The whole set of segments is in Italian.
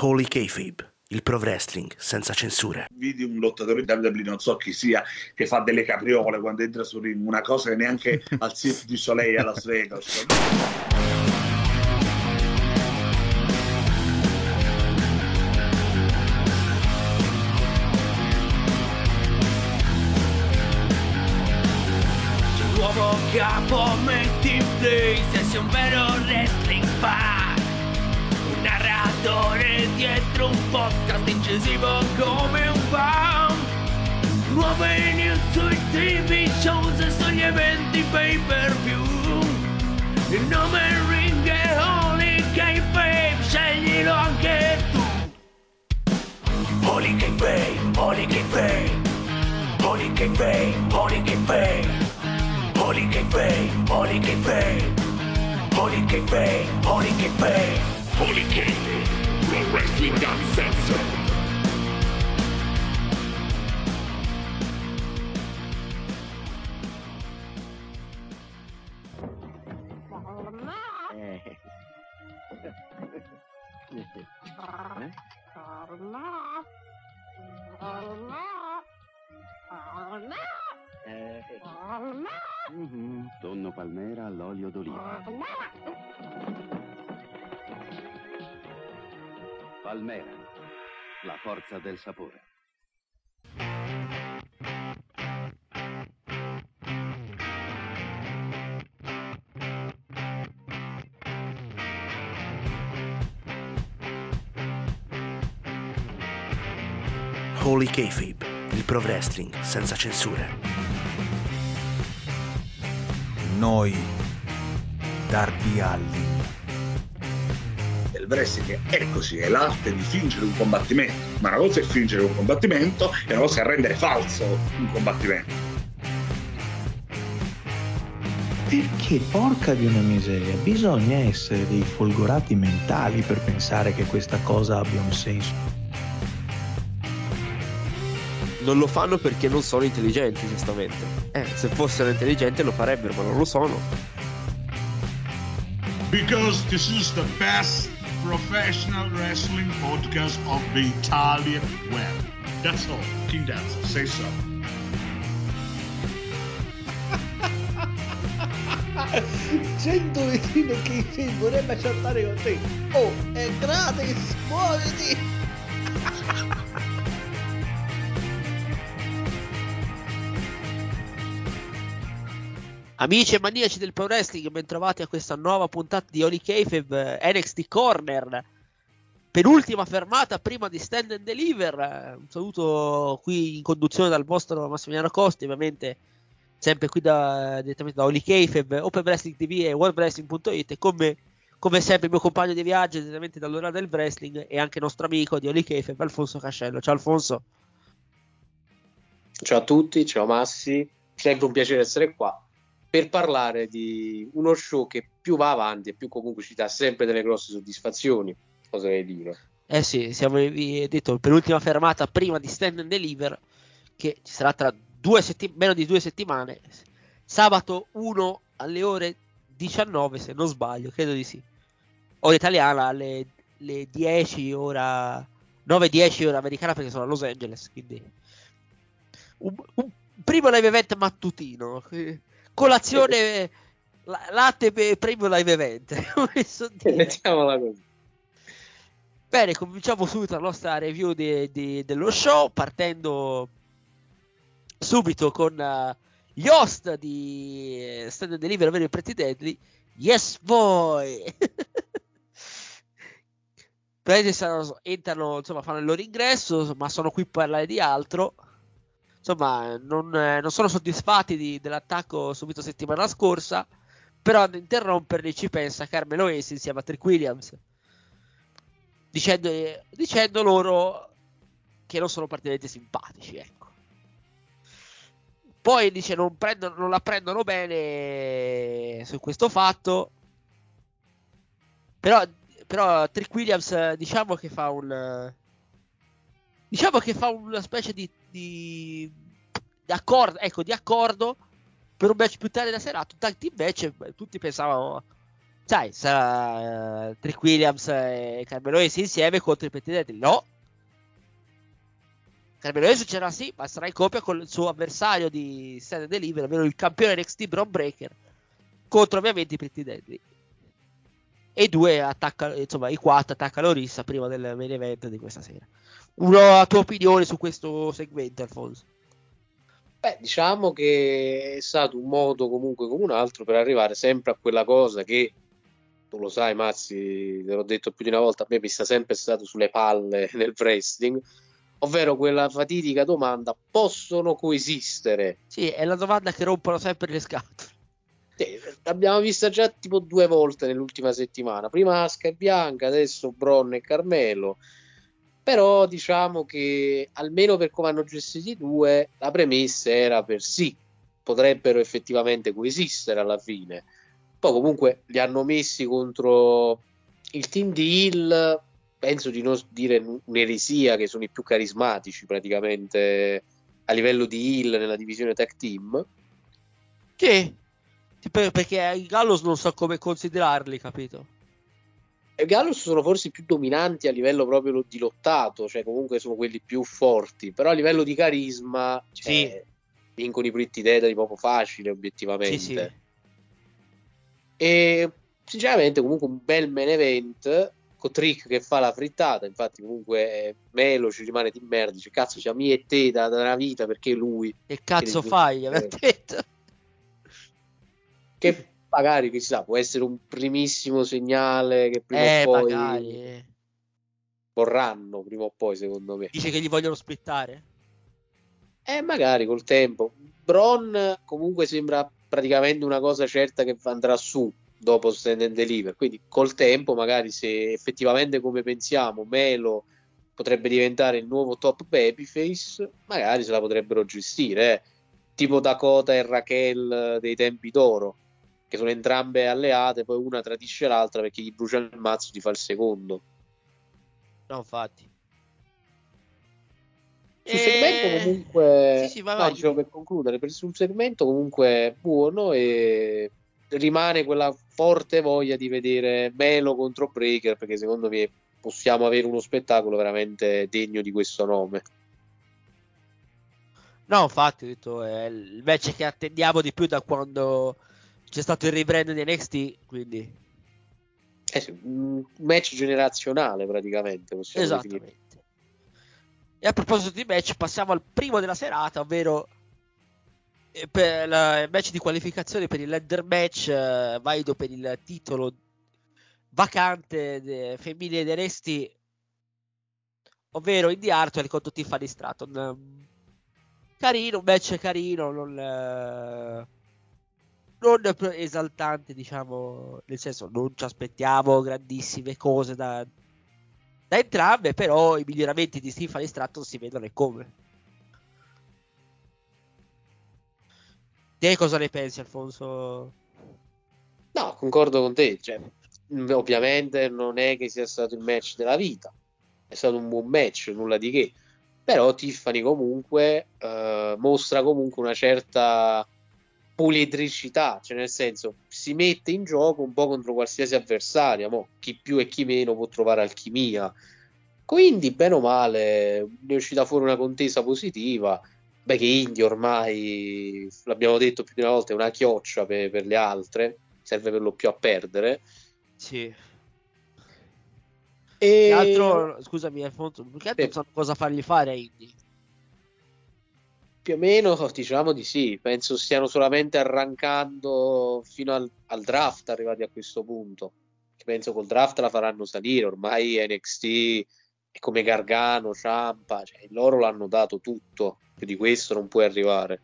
Holy Kayfabe, il pro wrestling senza censure. Vidi un lottatore di WWE, non so chi sia, che fa delle capriole quando entra sul ring, una cosa che neanche al Cirque du Soleil a Las Vegas. Nuovo capo, metti in play se sei un vero wrestling fan. Un narratore dietro un podcast incisivo come un fan. Nuove news sui TV shows e sugli eventi pay per view. Il nome ring è Holy Kayfabe, sceglilo anche tu. Holy Kayfabe, Holy Kayfabe, Holy Kayfabe, Holy Kayfabe. Holy Kayfabe, Holy Kayfabe, Holy Kayfabe, Holy Kayfabe, Holy Kayfabe, Pro Wrestling Uncensored. Tonno palmera all'olio d'oliva. Palmera, la forza del sapore. Holy Kayfabe, il pro wrestling senza censure. Noi, Darby Allin. Il wrestling è così, è l'arte di fingere un combattimento, ma una cosa è fingere un combattimento e una cosa è rendere falso un combattimento. Perché, porca di una miseria, bisogna essere dei folgorati mentali per pensare che questa cosa abbia un senso. Non lo fanno perché non sono intelligenti, giustamente. Se fossero intelligenti lo farebbero, ma non lo sono. Because this is the best professional wrestling podcast of the Italian web. That's all. King Dance, say so. 100 vetrine che vorrebbe chattare con te. Oh, è gratis, muoviti! Amici e maniaci del pro wrestling, ben trovati a questa nuova puntata di Holy Kayfabe NXT Corner. Penultima fermata prima di Stand and Deliver. Un saluto qui in conduzione dal vostro Massimiliano Costi, ovviamente sempre qui direttamente da Holy Kayfabe, Open Wrestling TV e WorldWrestling.it, e come sempre il mio compagno di viaggio direttamente dall'ora del wrestling e anche nostro amico di Holy Kayfabe, Alfonso Cascello. Ciao Alfonso. Ciao a tutti, ciao Massi, sempre un piacere essere qua per parlare di uno show che più va avanti e più comunque ci dà sempre delle grosse soddisfazioni, oserei dire. Sì, siamo detto penultima fermata prima di Stand and Deliver, che ci sarà tra meno di 2 settimane, sabato 1 alle ore 19, se non sbaglio, credo di sì, ora italiana, alle 10 ora 9:10 ora americana, perché sono a Los Angeles, quindi un primo live event mattutino, colazione latte per primo live event. Mettiamola così. Bene, cominciamo subito la nostra review dello show, partendo subito con gli host di Stand and Deliver, ovvero i Pretty Deadly. Yes boy! Entrano, insomma, fanno il loro ingresso, ma sono qui per parlare di altro. Insomma, non sono soddisfatti dell'attacco subito settimana scorsa, però ad interromperli ci pensa Carmelo Hayes insieme a Trick Williams, dicendo loro che non sono particolarmente simpatici, ecco. Poi dice non la prendono bene su questo fatto, però Trick Williams diciamo che fa una specie di accordo, ecco, di accordo per un match più tardi della serata, un tag team match. Tutti pensavano sai, sarà Trick Williams e Carmelo Hayes insieme contro i Pretty Deadly. No, Carmelo Hayes succederà sì, ma sarà in coppia con il suo avversario di Stand and Deliver, ovvero il campione NXT Bron Breakker, contro ovviamente i Pretty Deadly. E i 4 attaccano Rissa prima del main event di questa sera. Una tua opinione su questo segmento, Alfonso? Beh, diciamo che è stato un modo comunque come un altro per arrivare sempre a quella cosa che, tu lo sai Mazzi, te l'ho detto più di una volta, a me mi sta sempre stato sulle palle nel wrestling, ovvero quella fatidica domanda: possono coesistere? Sì, è la domanda che rompono sempre le scatole. L'abbiamo vista già tipo 2 volte nell'ultima settimana, prima Asuka e Bianca, adesso Bron e Carmelo. Però diciamo che almeno per come hanno gestiti i due, la premessa era per sì, potrebbero effettivamente coesistere alla fine. Poi comunque li hanno messi contro il team di Hill, penso di non dire un'eresia, che sono i più carismatici praticamente a livello di Hill nella divisione tag team. Sì, perché i Gallows non so come considerarli, capito? I Gallows sono forse i più dominanti a livello proprio di lottato, cioè comunque sono quelli più forti, però a livello di carisma vincono i Pretty Deadly proprio facile obiettivamente. Sì. E sinceramente comunque un bel main event con Trick che fa la frittata, infatti comunque Melo ci rimane di merda, dice cazzo c'è mia e te da una vita, perché lui che cazzo fai, aver detto che magari chissà può essere un primissimo segnale che prima o poi magari vorranno prima o poi, secondo me. Dice che gli vogliono splittare? Magari col tempo. Bron comunque sembra praticamente una cosa certa che andrà su dopo Stand and Deliver, quindi col tempo magari, se effettivamente come pensiamo Melo potrebbe diventare il nuovo top babyface, magari se la potrebbero gestire, tipo Dakota e Raquel dei tempi d'oro, che sono entrambe alleate, poi una tradisce l'altra perché gli brucia il mazzo, ti fa il secondo. No, infatti. Sul segmento comunque dicevo per concludere, sul segmento comunque buono, e rimane quella forte voglia di vedere Melo contro Breaker, perché secondo me possiamo avere uno spettacolo veramente degno di questo nome. No, infatti ho detto, è il match che attendiamo di più da quando c'è stato il rebrand di NXT, quindi un match generazionale praticamente, possiamo esattamente definire. E a proposito di match, passiamo al primo della serata, ovvero per il match di qualificazione per il ladder match valido per il titolo vacante femminile di NXT, ovvero Indi Hartwell contro Tiffany Stratton. Carino, un match carino, non esaltante, diciamo, nel senso non ci aspettiamo grandissime cose da entrambe, però i miglioramenti di Tiffany Stratton si vedono e come. Te cosa ne pensi, Alfonso? No, concordo con te, cioè, ovviamente non è che sia stato il match della vita, è stato un buon match, nulla di che, però Tiffany comunque mostra comunque una certa poliedricità, cioè nel senso si mette in gioco un po' contro qualsiasi avversario, chi più e chi meno può trovare alchimia, quindi bene o male ne è uscita fuori una contesa positiva. Beh, che Indy ormai, l'abbiamo detto più di una volta, è una chioccia per le altre, serve per lo più a perdere. Sì. E che altro, scusami Alfonso, perché non so cosa fargli fare a Indy? Più o meno diciamo di sì, penso stiano solamente arrancando fino al draft, arrivati a questo punto. Penso col draft la faranno salire, ormai NXT è come Gargano, Ciampa, cioè loro l'hanno dato tutto, più di questo non puoi arrivare.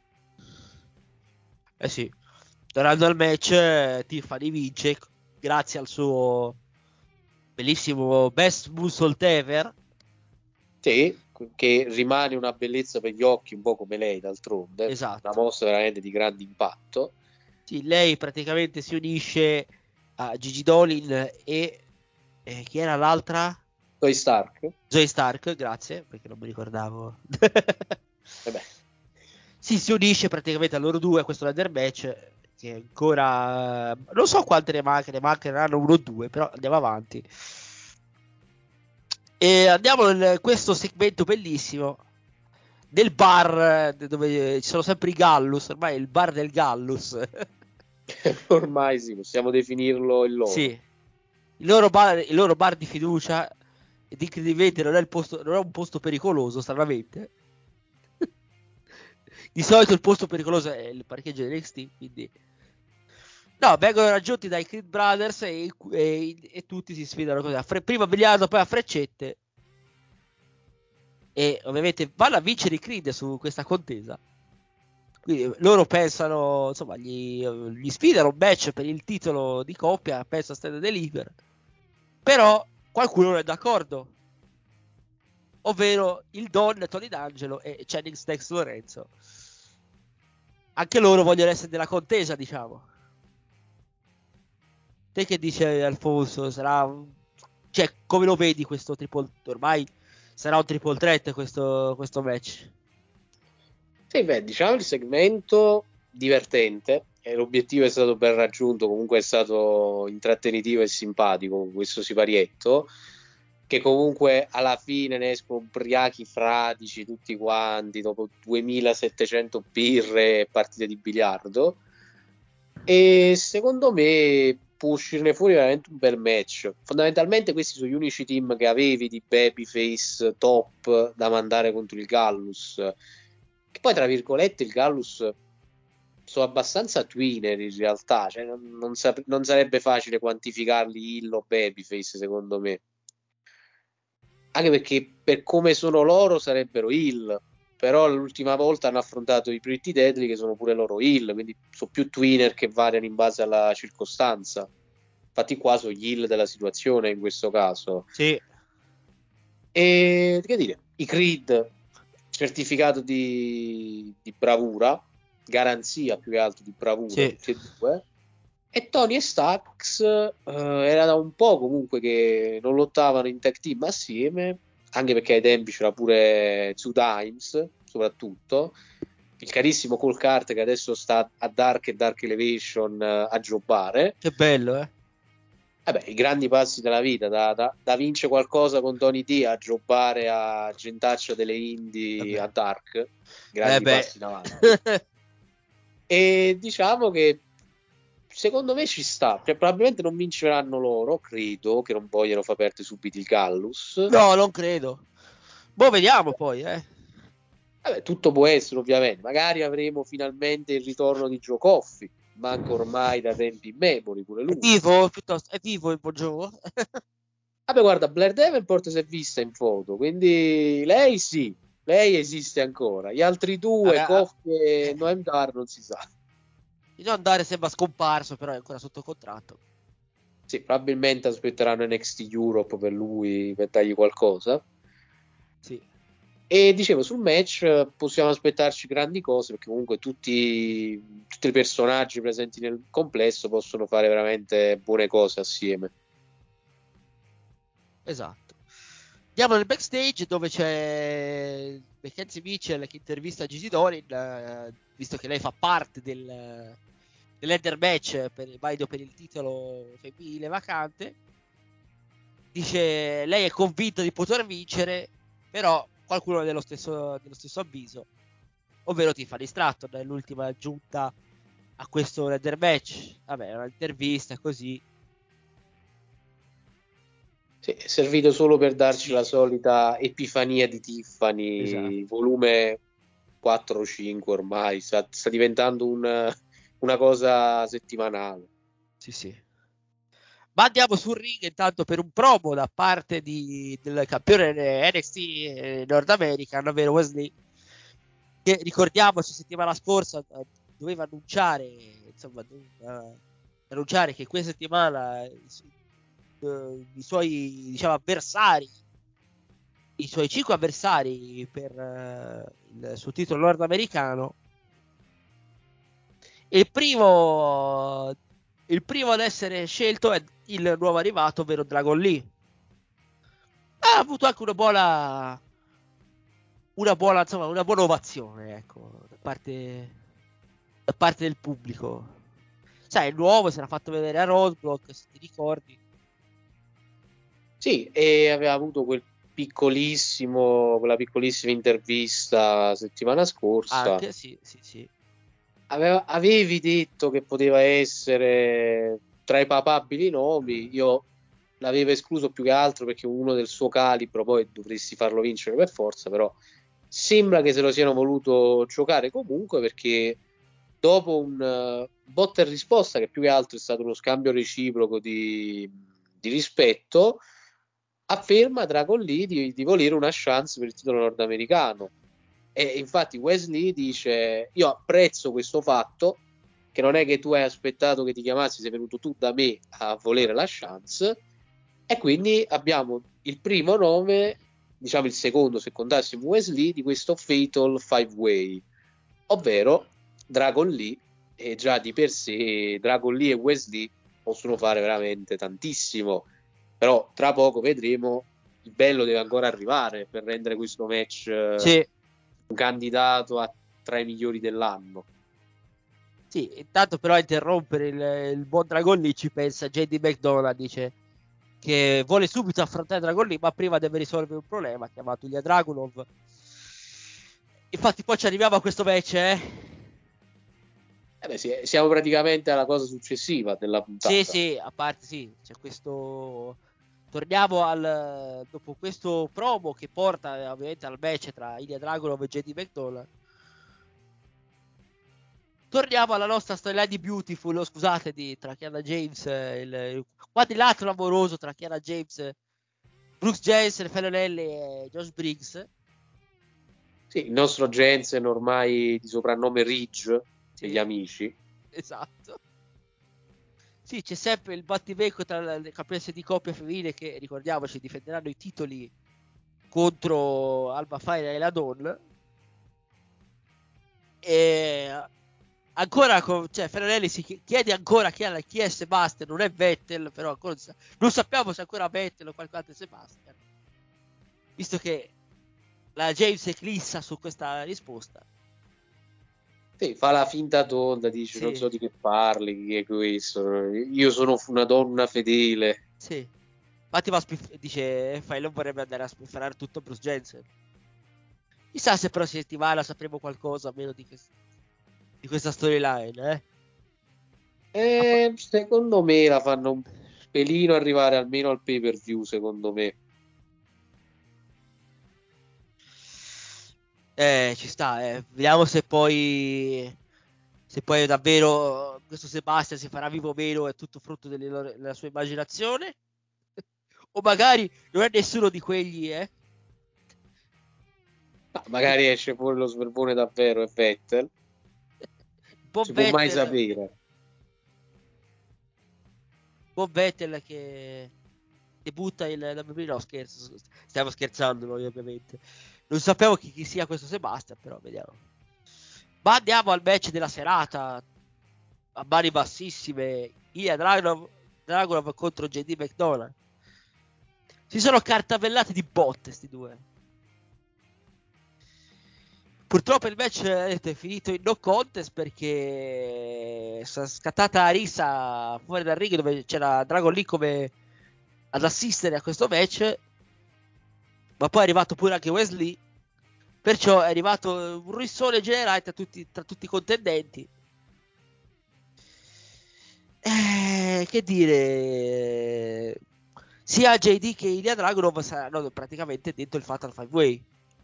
Sì, tornando al match, Tiffany vince grazie al suo bellissimo Best Moonsault Ever. Sì, che rimane una bellezza per gli occhi, un po' come lei d'altronde. Esatto. Una mossa veramente di grande impatto. Sì, lei praticamente si unisce a Gigi Dolin e chi era l'altra? Zoe Stark, grazie, perché non mi ricordavo. Vabbè. Sì, si unisce praticamente a loro due a questo ladder match, che ancora non so quante ne mancheranno 1 o 2, però andiamo avanti. E andiamo in questo segmento bellissimo del bar dove ci sono sempre i Gallus, ormai è il bar del Gallus. Ormai sì, possiamo definirlo il loro. Sì, il loro bar di fiducia, ed incredibilmente non è un posto pericoloso, stranamente. Di solito il posto pericoloso è il parcheggio di NXT, quindi no, vengono raggiunti dai Creed Brothers e tutti si sfidano così, prima a biliardo, poi a freccette, e ovviamente vanno a vincere i Creed su questa contesa. Quindi loro pensano, insomma, gli sfidano un match per il titolo di coppia, penso a Stand and Deliver, però qualcuno non è d'accordo, ovvero il Don, Tony D'Angelo e Channing Stacks Lorenzo. Anche loro vogliono essere della contesa, diciamo. Te che dice, Alfonso? Cioè, come lo vedi questo triple? Ormai sarà un triple threat questo match. Sì, beh, diciamo il segmento divertente, e l'obiettivo è stato ben raggiunto, comunque è stato intrattenitivo e simpatico con questo siparietto, che comunque alla fine ne escono ubriachi fradici tutti quanti dopo 2700 birre e partite di biliardo, e secondo me può uscirne fuori veramente un bel match. Fondamentalmente questi sono gli unici team che avevi di babyface top da mandare contro il Gallus, che poi tra virgolette il Gallus sono abbastanza tweener in realtà, cioè non sarebbe facile quantificarli heel o babyface secondo me, anche perché per come sono loro sarebbero heel, però l'ultima volta hanno affrontato i Pretty Deadly che sono pure loro heel, quindi sono più tweener che variano in base alla circostanza. Infatti qua sono gli heel della situazione in questo caso. Sì. E che dire, i Creed, certificato di bravura, garanzia più che altro di bravura, sì, tutti e due. E Tony e Stacks era da un po' comunque che non lottavano in tag team assieme, anche perché ai tempi c'era pure Two Times, soprattutto il carissimo Cole Carter che adesso sta a Dark e Dark Elevation a jobbare. Che bello, Vabbè, i grandi passi della vita, da vincere qualcosa con Tony D a jobbare a gentaccia delle indie a Dark, grandi passi in avanti. E diciamo che secondo me ci sta, cioè, probabilmente non vinceranno loro, credo che non vogliono far perdere subito il Gallus. No, non credo. Boh, vediamo poi, Vabbè, tutto può essere ovviamente, magari avremo finalmente il ritorno di Joe Coffey, manca ormai da tempi immemori pure lui. È vivo il buongiorno. Vabbè, guarda, Blair Davenport si è vista in foto, quindi lei sì, lei esiste ancora. Gli altri due, Coffey e Noam Dar, non si sa. Di non andare sembra scomparso, però è ancora sotto contratto. Sì, probabilmente aspetteranno NXT Europe per lui, per dargli qualcosa. Sì. E dicevo, sul match possiamo aspettarci grandi cose, perché comunque tutti i personaggi presenti nel complesso possono fare veramente buone cose assieme. Esatto. Andiamo nel backstage dove c'è Mackenzie Mitchell che intervista Gigi Dorin, visto che lei fa parte dell'Ender match valido per il titolo femminile vacante. Dice lei è convinta di poter vincere, però qualcuno dello stesso avviso, ovvero Tiffany Stratton, nell'ultima aggiunta a questo Ender match. Vabbè, è un'intervista così. Sì, è servito solo per darci la solita epifania di Tiffany, esatto. Volume 4 o 5 ormai, sta diventando una cosa settimanale. Sì. Ma andiamo sul ring intanto per un promo da parte del campione NXT Nord American, ovvero Wesley, che ricordiamoci settimana scorsa doveva annunciare che questa settimana i suoi, diciamo, avversari, i suoi 5 avversari per il suo titolo nordamericano. Il primo ad essere scelto è il nuovo arrivato, ovvero Dragon Lee. Ha avuto anche una buona ovazione, ecco, da parte del pubblico. sai, è nuovo, si era fatto vedere a Roadblock, se ti ricordi. Sì, e aveva avuto quella piccolissima intervista settimana scorsa. Anche, sì. Avevi detto che poteva essere tra i papabili nomi, io l'avevo escluso più che altro perché uno del suo calibro poi dovresti farlo vincere per forza, però sembra che se lo siano voluto giocare comunque, perché dopo un botta e risposta che più che altro è stato uno scambio reciproco di rispetto, afferma Dragon Lee di volere una chance per il titolo nordamericano. E infatti Wesley dice: io apprezzo questo fatto, che non è che tu hai aspettato che ti chiamassi, sei venuto tu da me a volere la chance, e quindi abbiamo il primo nome, diciamo il secondo se contassimo Wesley, di questo Fatal 5-Way, ovvero Dragon Lee. E già di per sé Dragon Lee e Wesley possono fare veramente tantissimo, però tra poco vedremo, il bello deve ancora arrivare per rendere questo match un candidato tra i migliori dell'anno. Sì, intanto però a interrompere il buon Dragon Lee ci pensa JD McDonagh, dice che vuole subito affrontare Dragon Lee, ma prima deve risolvere un problema chiamato Ilya Dragunov. Infatti poi ci arriviamo a questo match, sì, siamo praticamente alla cosa successiva della puntata. Sì, a parte c'è questo. Torniamo dopo questo promo che porta ovviamente al match tra Ilya Dragunov e JD McDonagh. Torniamo alla nostra storyline di Beautiful, scusate, tra Kiana James, il quadrilatero amoroso tra Kiana James, Brooks Jensen, Fallon e Josh Briggs. Sì, il nostro Jensen ormai di soprannome Ridge, degli amici. Esatto. Sì, c'è sempre il battibecco tra le campionesse di coppia femminile che, ricordiamoci, difenderanno i titoli contro Alba Fire e la Dawn. E ancora, Ferrarelli si chiede ancora chi è Sebastian, non è Vettel, però ancora non sappiamo se ancora Vettel o qualche altro è Sebastian, visto che la James eclissa su questa risposta. Sì, fa la finta tonda, dice non so di che parli, chi è questo, io sono una donna fedele. Sì, infatti dice Failon vorrebbe andare a spifferare tutto Bruce Jensen. Chissà se però settimana sapremo qualcosa meno di questa storyline, secondo me la fanno un pelino arrivare almeno al pay per view, secondo me. Ci sta, vediamo se poi davvero questo Sebastian si farà vivo o meno, è tutto frutto della sua immaginazione, o magari non è nessuno di quegli, Ma magari esce fuori lo svergone davvero, è Vettel. Si può mai sapere. Bob Vettel che debutta no, scherzo, stiamo scherzando noi ovviamente. Non sapevo chi sia questo Sebastian, però vediamo. Ma andiamo al match della serata a mani bassissime. Ilya Dragunov contro JD McDonagh. Si sono cartavellati di botte sti due. Purtroppo il match è finito in no contest perché è scattata la rissa fuori dal ring dove c'era Dragon Lee come ad assistere a questo match, ma poi è arrivato pure anche Wesley, perciò è arrivato un rissone generale tra tutti i contendenti. Che dire, sia JD che Ilya Dragunov saranno praticamente dentro il Fatal 5-Way.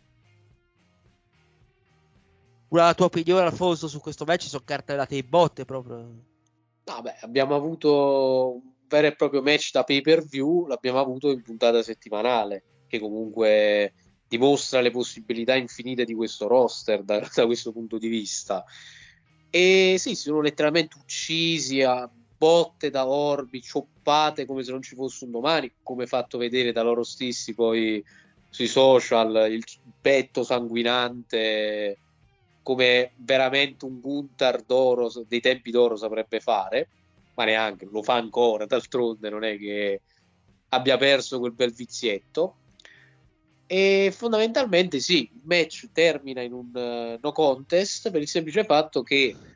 Una tua opinione, Alfonso, su questo match? Sono cartellate in botte proprio. No, beh, abbiamo avuto un vero e proprio match da pay per view, l'abbiamo avuto in puntata settimanale, che comunque dimostra le possibilità infinite di questo roster da questo punto di vista. E sì, si sono letteralmente uccisi a botte da orbi, cioppate come se non ci fosse un domani, come fatto vedere da loro stessi poi sui social, il petto sanguinante, come veramente un Gunther d'oro dei tempi d'oro saprebbe fare, ma neanche, lo fa ancora, d'altronde non è che abbia perso quel bel vizietto. E fondamentalmente sì, il match termina in un no contest per il semplice fatto che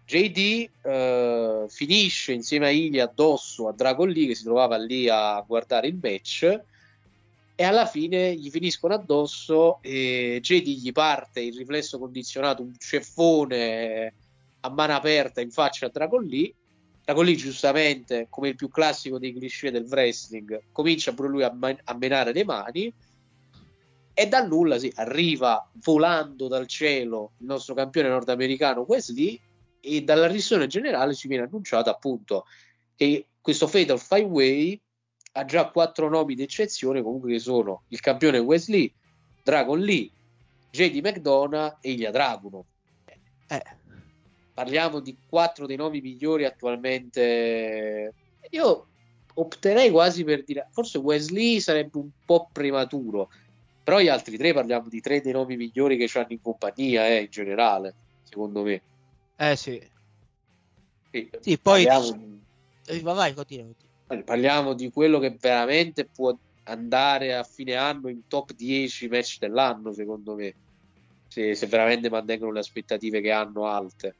JD finisce insieme a Ilya addosso a Dragon Lee, che si trovava lì a guardare il match, e alla fine gli finiscono addosso e JD gli parte il riflesso condizionato, un ceffone a mano aperta in faccia a Dragon Lee. Dragon Lee, giustamente, come il più classico dei cliché del wrestling, comincia pure lui a menare le mani, e dal nulla arriva volando dal cielo il nostro campione nordamericano Wesley, e dalla revisione generale ci viene annunciato appunto che questo Fatal 5-Way ha già 4 nomi d'eccezione, comunque, che sono il campione Wesley, Dragon Lee, JD McDonough e Ilya Dragunov. Parliamo di 4 dei nomi migliori attualmente. Io opterei quasi per dire, forse Wesley sarebbe un po' prematuro, però gli altri 3 parliamo di 3 dei nomi migliori che c'hanno in compagnia, in generale, secondo me. Sì, poi vai, continua. Parliamo di quello che veramente può andare a fine anno in top 10 match dell'anno, secondo me, se veramente mantengono le aspettative che hanno alte.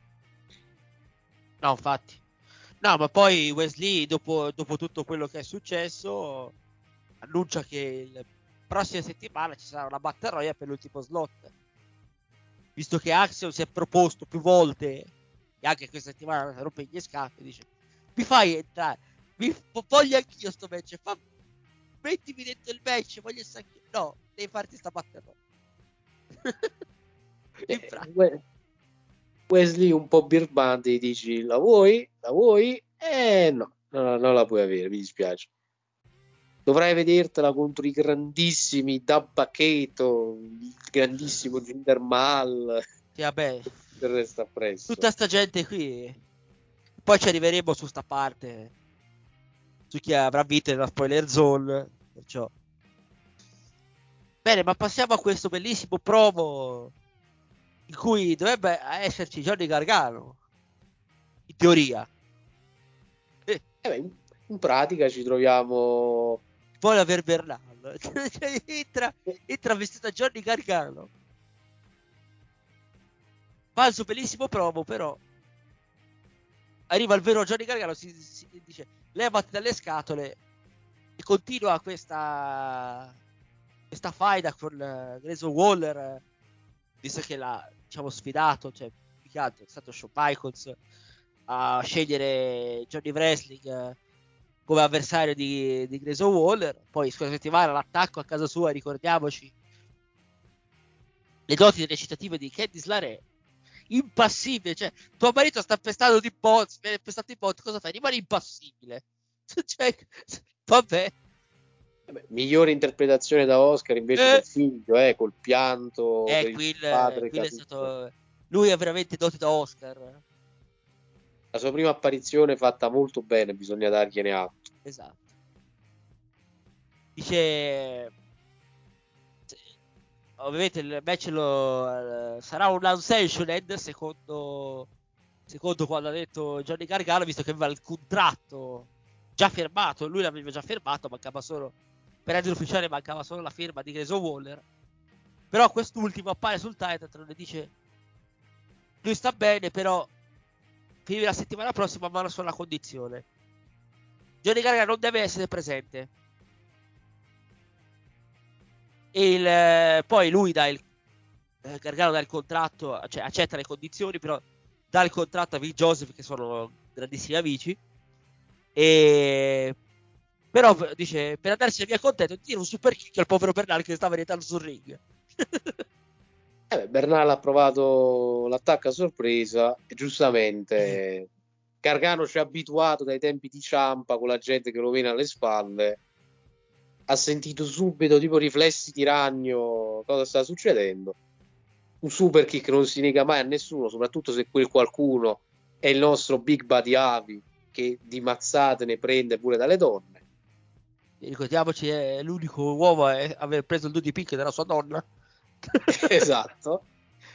No, infatti. No, ma poi Wesley, dopo tutto quello che è successo, annuncia che la prossima settimana ci sarà una battle royale per l'ultimo slot. Visto che Axiom si è proposto più volte, e anche questa settimana rompe gli scaffi, dice: mi fai entrare, voglio anch'io sto match, mettimi dentro il match, voglio essere anch'io. No, devi farti sta battle royale. Wesley un po' birbante, dici: la vuoi? No, non la puoi avere, mi dispiace. Dovrai vedertela contro i grandissimi Dabba-Kato, il grandissimo Jinder Mahal. Sì, vabbè, il resto appresso. Tutta sta gente qui. Poi ci arriveremo su sta parte, su chi avrà vinto nella spoiler zone. Perciò bene, ma passiamo a questo bellissimo promo in cui dovrebbe esserci Johnny Gargano, in teoria. In pratica ci troviamo poi la Bernal, cioè, entra vestito da Johnny Gargano, fa il suo bellissimo promo, però arriva il vero Johnny Gargano, si dice: levati dalle scatole, e continua questa faida con Grayson Waller, visto che l'ha, diciamo, sfidato, cioè più che altro è stato Shawn Michaels a scegliere Johnny Wrestling come avversario di Grayson Waller. Poi scorsa settimana l'attacco a casa sua, ricordiamoci le doti recitative di Candice LeRae, impassibile, cioè tuo marito sta pestando di bot, viene pestato di bot, cosa fai? Rimani impassibile. Cioè, vabbè. Migliore interpretazione da Oscar invece del figlio, col pianto per il padre. È stato... Lui ha veramente doti da Oscar. La sua prima apparizione fatta molto bene, bisogna dargliene atto. Esatto. Dice: ovviamente il match sarà un unsanctioned, secondo quando ha detto Johnny Gargano, visto che aveva il contratto già firmato. Lui l'aveva già firmato, mancava solo, per essere ufficiale, mancava solo la firma di Grayson Waller. Però quest'ultimo appare sul Titan e dice: lui sta bene, però finire la settimana prossima, ma una sola condizione: Johnny Gargano non deve essere presente. E poi lui dà Gargano dà il contratto, cioè accetta le condizioni, però dà il contratto a Vic Joseph, che sono grandissimi amici, e però dice: per andarsene via contento, tira un super kick al povero Bernal che stava rientrando sul ring. Bernal ha provato l'attacco a sorpresa e giustamente Gargano ci ha abituato dai tempi di Ciampa, con la gente che lo viene alle spalle. Ha sentito subito tipo riflessi di ragno cosa sta succedendo. Un super kick non si nega mai a nessuno, soprattutto se quel qualcuno è il nostro Big Buddy Avi, che di mazzate ne prende pure dalle donne. E ricordiamoci, è l'unico uomo a aver preso il DDP della sua donna. Esatto.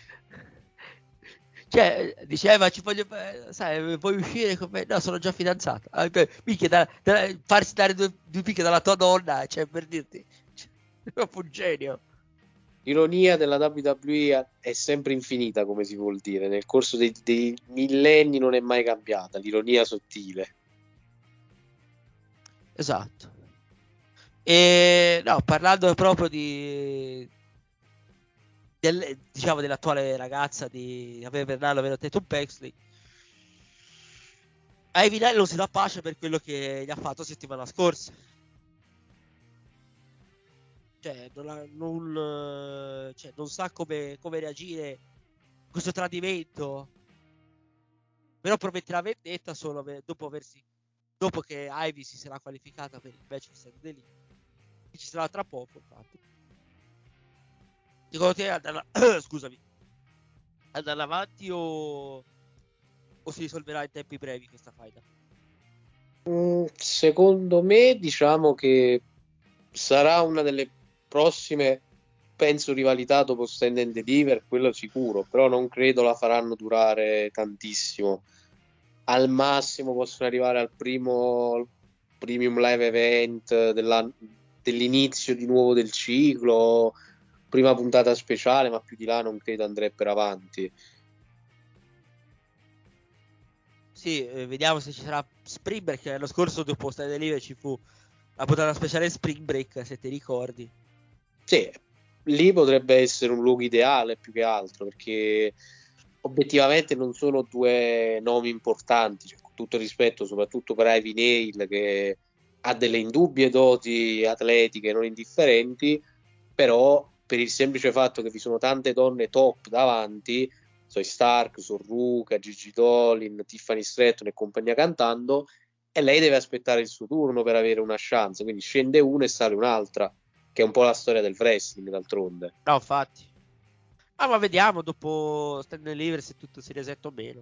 Cioè, diceva: ci voglio, sai, vuoi uscire con me? No, sono già fidanzata. Minchia, farsi dare due picche dalla tua donna, cioè, per dirti, cioè, è un genio. l'ironia della WWE è sempre infinita, come si vuol dire, nel corso dei millenni non è mai cambiata, l'ironia sottile. Esatto. E no, parlando proprio diciamo dell'attuale ragazza di Ave Bernardo, ovvero Tatum Paxley, a Ivy Nile non si dà pace per quello che gli ha fatto settimana scorsa. Cioè, non sa come reagire a questo tradimento, però prometterà vendetta solo dopo che Ivy si sarà qualificata per il match di Stand Delivery, che ci sarà tra poco, infatti. Secondo te scusami, andare avanti o si risolverà in tempi brevi questa faida? Secondo me, diciamo che sarà una delle prossime, penso, rivalità dopo Stand and Deliver, quello sicuro, però non credo la faranno durare tantissimo. Al massimo possono arrivare al primo premium live event dell'inizio di nuovo del ciclo, prima puntata speciale, ma più di là non credo andrebbero avanti. Sì, vediamo se ci sarà Spring Break. L'anno scorso dopo Stand and Deliver ci fu la puntata speciale Spring Break, se ti ricordi. Sì, lì potrebbe essere un luogo ideale più che altro, perché obiettivamente non sono due nomi importanti, cioè, con tutto il rispetto soprattutto per Ivy Nile, che ha delle indubbie doti atletiche non indifferenti, però per il semplice fatto che vi sono tante donne top davanti, Zoe Stark, Ruka, Gigi Dolin, Tiffany Stratton e compagnia cantando, e lei deve aspettare il suo turno per avere una chance, quindi scende una e sale un'altra, che è un po' la storia del wrestling d'altronde. No, infatti. Ma vediamo dopo Stand and Deliver se tutto si resetta o meno.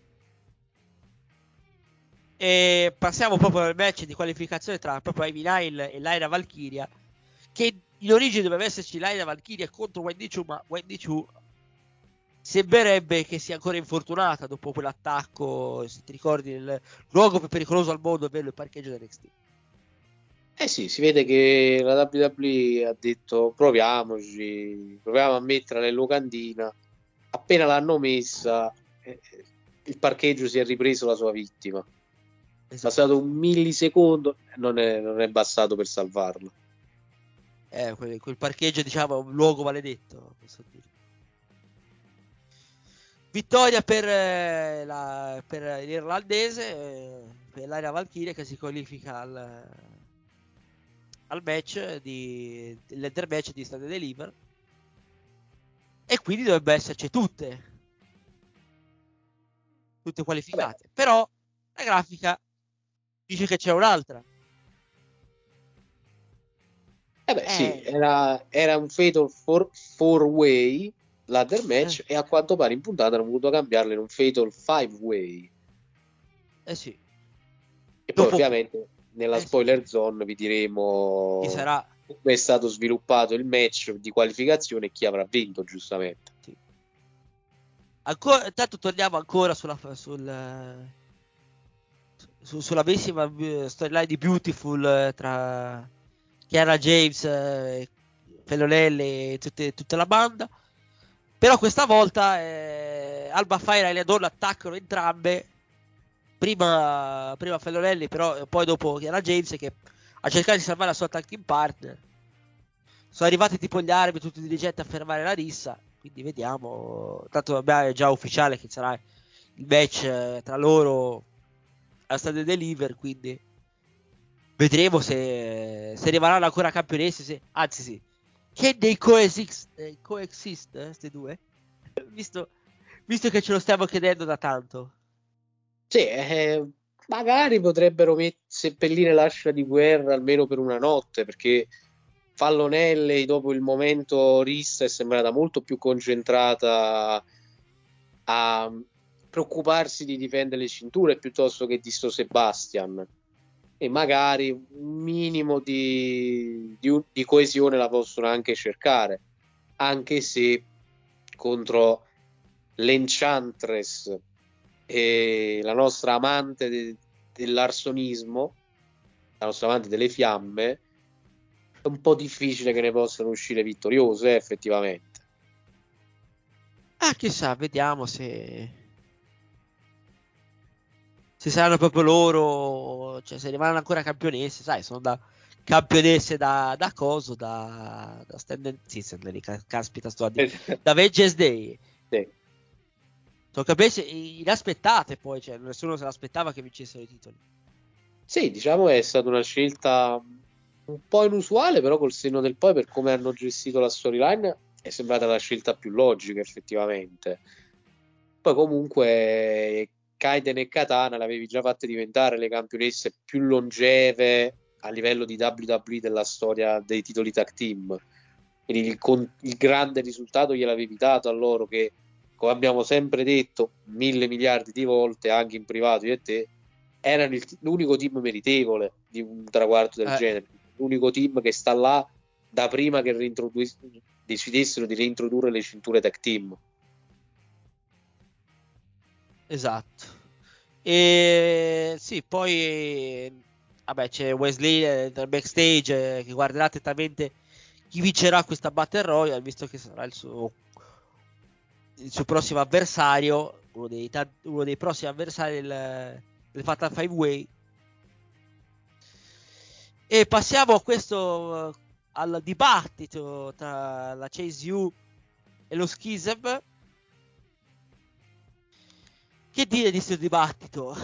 E passiamo proprio al match di qualificazione tra proprio Ivy Nile e Lyra Valkyria, che in origine doveva esserci Lyra Valkyria contro Wendy Choo, ma Wendy Choo sembrerebbe che sia ancora infortunata dopo quell'attacco, se ti ricordi, nel luogo più pericoloso al mondo, ovvero il parcheggio di NXT. Eh sì, si vede che la WWE ha detto proviamo a metterla nel locandina. Appena l'hanno messa, il parcheggio si è ripreso la sua vittima. È passato un millisecondo, non è bastato per salvarlo. Quel parcheggio, diciamo, è un luogo maledetto, posso dire. Vittoria per l'irlandese, per Lyra Valkyria, che si qualifica al match l'Enter match di Stand and Deliver, e quindi dovrebbe esserci tutte qualificate. Vabbè. Però la grafica dice che c'è un'altra. Sì, era un fatal four way ladder match, e a quanto pare in puntata hanno voluto cambiarlo in un fatal 5-way. Sì. E poi ovviamente nella spoiler zone vi diremo chi sarà, come è stato sviluppato il match di qualificazione e chi avrà vinto, giustamente. Sì. Intanto torniamo ancora sulla bellissima storyline di Beautiful tra Kiara James, Fellonelli e tutta la banda. Però questa volta Alba Fire e le donne attaccano entrambe. Prima Fellonelli, però poi dopo Kiara James, che ha cercato di salvare la sua tag team partner. Sono arrivati tipo gli arbitri, tutti i dirigenti, a fermare la rissa. Quindi vediamo. Tanto è già ufficiale che sarà il match tra loro a Stand and Deliver, quindi vedremo se rimarranno ancora campionesse, anzi sì, che dei coexist questi due, visto che ce lo stiamo chiedendo da tanto. Sì, magari potrebbero seppellire l'ascia di guerra almeno per una notte, perché Fallonelli dopo il momento rissa è sembrata molto più concentrata a preoccuparsi di difendere le cinture piuttosto che di sto Sebastian, e magari un minimo di coesione la possono anche cercare, anche se contro l'Enchantress e la nostra amante dell'arsonismo, la nostra amante delle fiamme, è un po' difficile che ne possano uscire vittoriose, effettivamente. Chissà, vediamo se saranno proprio loro, cioè se rimarranno ancora campionesse, sai, sono da campionesse da coso, da caspita, da Vengeance Day. Sì. Sono campionesse inaspettate, poi, cioè nessuno se l'aspettava che vincessero i titoli. Sì, diciamo è stata una scelta un po' inusuale, però col senno del poi, per come hanno gestito la storyline, è sembrata la scelta più logica, effettivamente. Poi comunque Kaiden e Katana le avevi già fatte diventare le campionesse più longeve a livello di WWE della storia dei titoli tag team. Quindi il grande risultato gliel'avevi dato a loro, che, come abbiamo sempre detto 1000 miliardi di volte, anche in privato io e te, erano l'unico team meritevole di un traguardo del genere, l'unico team che sta là da prima che decidessero di reintrodurre le cinture tag team. Esatto. E sì, poi vabbè, c'è Wesley dal backstage che guarderà attentamente chi vincerà questa Battle Royale, visto che sarà il suo prossimo avversario, uno dei prossimi avversari del Fatal 5-Way. E passiamo a questo al dibattito tra la Chase U e lo Schism. Che dire di questo dibattito?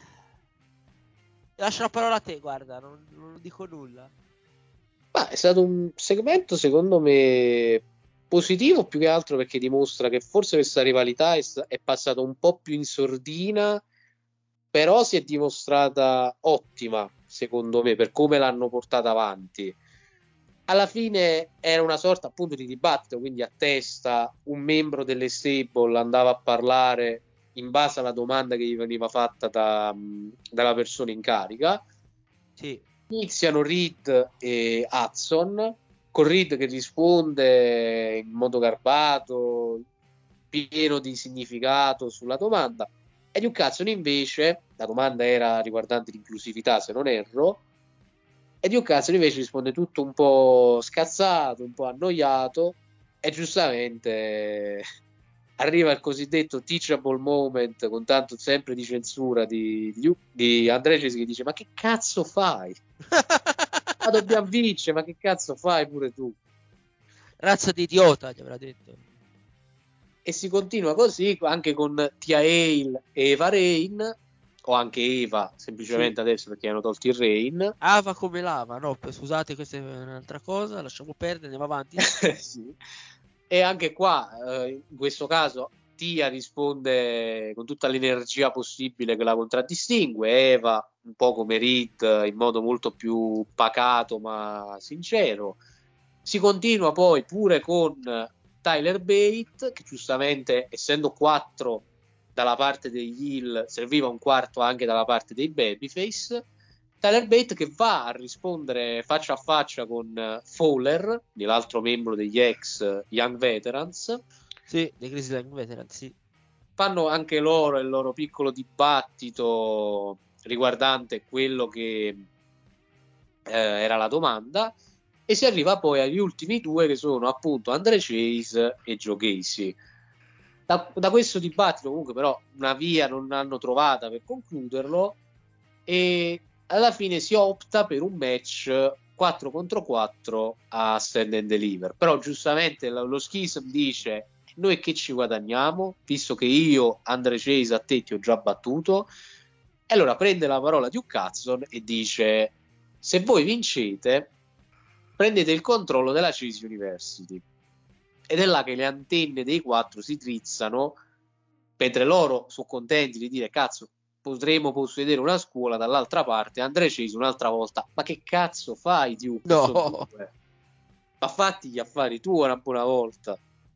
Lascio la parola a te, guarda, non dico nulla. Ma è stato un segmento secondo me positivo, più che altro perché dimostra che forse questa rivalità è passata un po' più in sordina, però si è dimostrata ottima secondo me per come l'hanno portata avanti. Alla fine era una sorta appunto di dibattito, quindi a testa un membro delle stable andava a parlare in base alla domanda che gli veniva fatta dalla persona in carica. Sì. Iniziano Reed e Hudson, con Reed che risponde in modo garbato, pieno di significato sulla domanda, e Duke Hudson invece, la domanda era riguardante l'inclusività se non erro, e Duke Hudson invece risponde tutto un po' scazzato, un po' annoiato, e giustamente arriva il cosiddetto teachable moment, con tanto sempre di censura di Andrea Cesi, che dice: ma che cazzo fai? Ma dobbiamo vincere, ma che cazzo fai pure tu? Razza di idiota, ti avrà detto. E si continua così anche con Tia Hale e Eva Rain, o anche Eva semplicemente, sì, adesso perché hanno tolto il Rain. Ava come lava, no, scusate, questa è un'altra cosa, lasciamo perdere, andiamo avanti. Sì. E anche qua, in questo caso, Tia risponde con tutta l'energia possibile che la contraddistingue, Eva un po' come Reed, in modo molto più pacato ma sincero. Si continua poi pure con Tyler Bate, che giustamente, essendo 4 dalla parte degli heel, serviva un quarto anche dalla parte dei babyface. Tyler Bate che va a rispondere faccia a faccia con Fowler, l'altro membro degli ex Young Veterans. Sì, dei Grizzly Young Veterans, sì. Fanno anche loro il loro piccolo dibattito riguardante quello che era la domanda, e si arriva poi agli ultimi due, che sono appunto Andre Chase e Joe Gacy. Da questo dibattito comunque però una via non hanno trovata per concluderlo, e alla fine si opta per un match 4 contro 4 a Stand and Deliver. Però giustamente lo Schism dice: noi che ci guadagniamo, visto che io, Andre Chase, a te ti ho già battuto. E allora prende la parola Duke Hudson e dice: se voi vincete, prendete il controllo della Chase University. Ed è là che le antenne dei 4 si drizzano, mentre loro sono contenti di dire: cazzo, potremo possedere una scuola. Dall'altra parte Andre Chase un'altra volta: ma che cazzo fai, Duke? No, ma fatti gli affari tu una buona volta.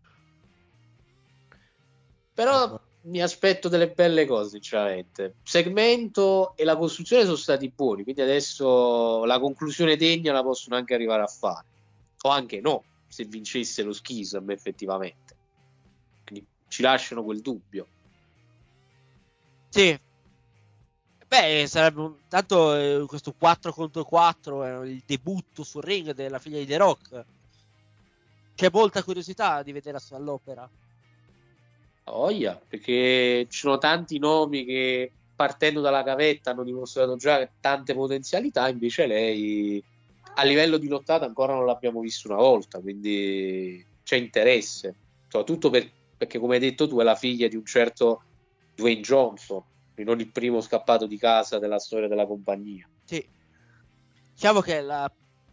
Però mi aspetto delle belle cose, sinceramente. Segmento e la costruzione sono stati buoni, quindi adesso la conclusione degna la possono anche arrivare a fare, o anche no, se vincesse lo Schism effettivamente. Quindi ci lasciano quel dubbio. Sì. Beh, sarebbe tanto questo 4 contro 4 è il debutto sul ring della figlia di The Rock. C'è molta curiosità di vedere all'opera. Oia, perché ci sono tanti nomi che partendo dalla gavetta hanno dimostrato già tante potenzialità, invece lei a livello di lottata ancora non l'abbiamo visto una volta, quindi c'è interesse, soprattutto perché come hai detto tu è la figlia di un certo Dwayne Johnson, non il primo scappato di casa della storia della compagnia. Sì, diciamo che la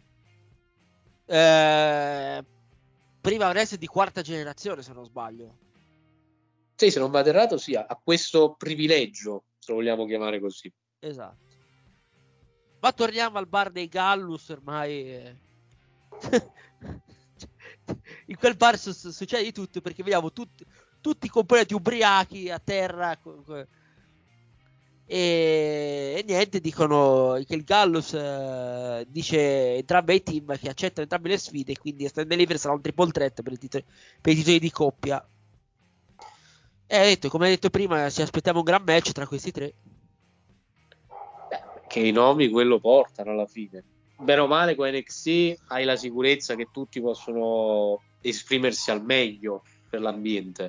prima wrestler di quarta generazione, se non sbaglio. Sì, se non vado errato, sì, ha questo privilegio, se lo vogliamo chiamare così. Esatto. Ma torniamo al bar dei Gallus, ormai in quel bar succede di tutto, perché vediamo tutti i componenti ubriachi a terra e niente, dicono che il Gallus dice entrambi ai team che accettano entrambe le sfide, quindi Stand Deliver sarà un triple threat per i titoli di coppia. Come hai detto prima, ci aspettiamo un gran match tra questi tre. Che i nomi quello portano alla fine. Bene o male con NXT hai la sicurezza che tutti possono esprimersi al meglio per l'ambiente.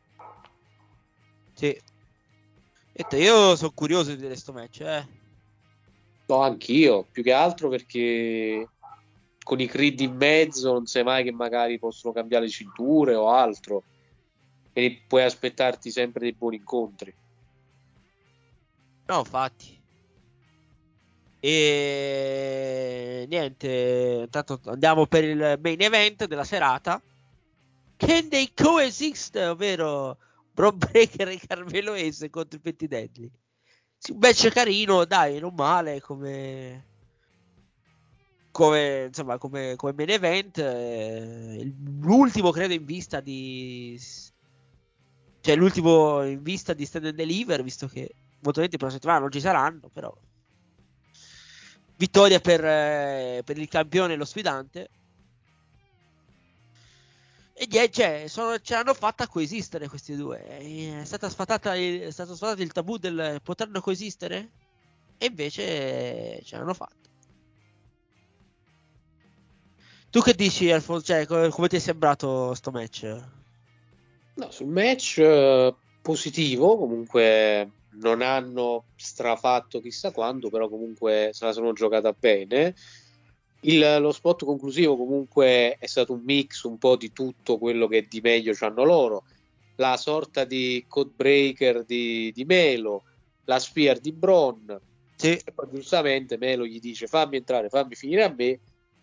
Sì. Io sono curioso di vedere sto match, No, anch'io, più che altro perché con i Creed in mezzo non sai mai che magari possono cambiare le cinture o altro. Quindi puoi aspettarti sempre dei buoni incontri. No, infatti. E niente, intanto andiamo per il main event della serata. Can they coexist? Ovvero Bron Breakker e Carmelo Hayes contro i Pretty Deadly. Sì, un match carino, dai, non male come main event. L'ultimo credo in vista di Stand and Deliver, visto che molto eventi per la settimana non ci saranno, però vittoria per il campione e lo sfidante. E ce l'hanno fatta coesistere questi due. È stato sfatato il tabù del poterno coesistere, e invece ce l'hanno fatta. Tu che dici, Alfonso? Come ti è sembrato sto match? No, sul match positivo, comunque non hanno strafatto chissà quanto, però comunque se la sono giocata bene. Lo spot conclusivo comunque è stato un mix un po' di tutto quello che di meglio c'hanno loro, la sorta di code breaker di Melo, la spear di Bron, sì. E poi giustamente Melo gli dice fammi entrare, fammi finire a me.